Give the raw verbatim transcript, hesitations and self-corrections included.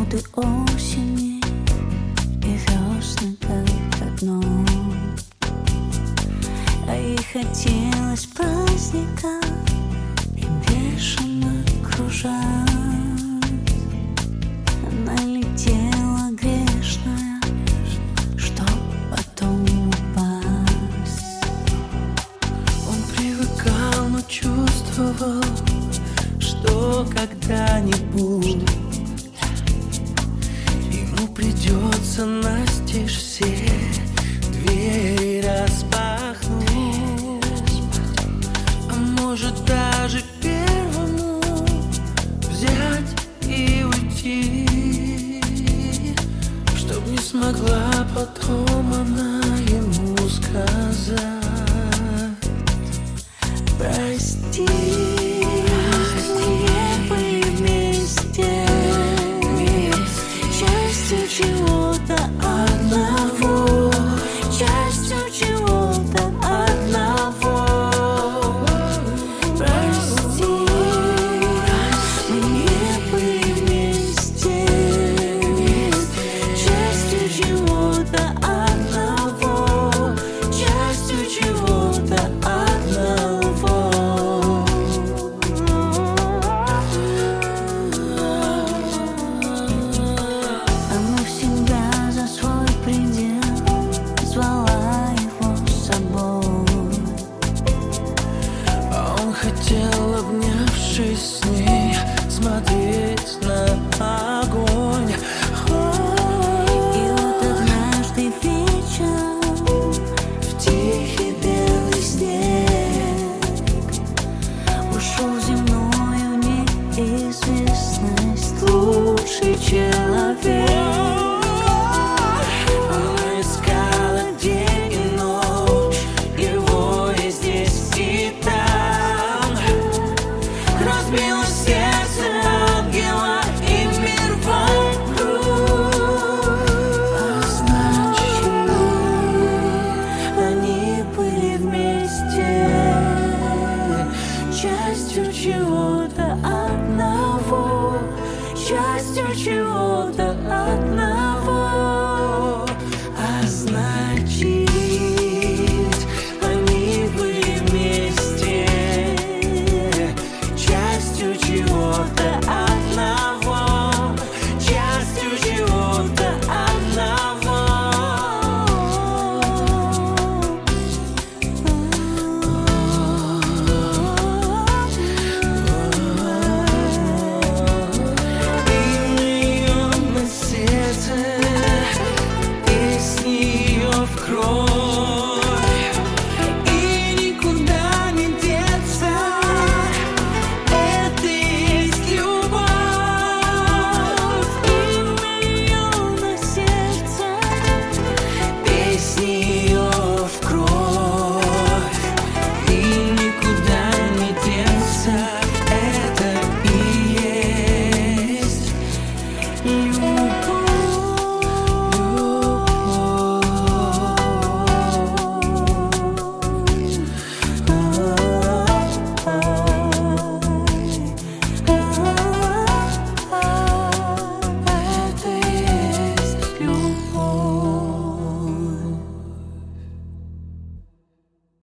годы осени и весны как одно. А ей хотелось праздника и бешено кружать. Она летела грешная, чтоб потом упасть. Он привыкал, но чувствовал, что когда-нибудь ему придется настежь все двери распахнуть. А может даже первому взять и уйти, чтоб не смогла потом она ему сказать: прости. Чего-то одного, частью чего-то одного. Прости, мы не были вместе, частью чего-то одного, частью чего-то одного. Звала его с собой. А он хотел, обнявшись с ней, смотреть на огонь. И вот однажды вечером в тихий белый снег ушел в земную неизвестность лучший человек. Разбило сердце ангела и мир вокруг. А значит, они были вместе, частью чего-то одного, частью чего-то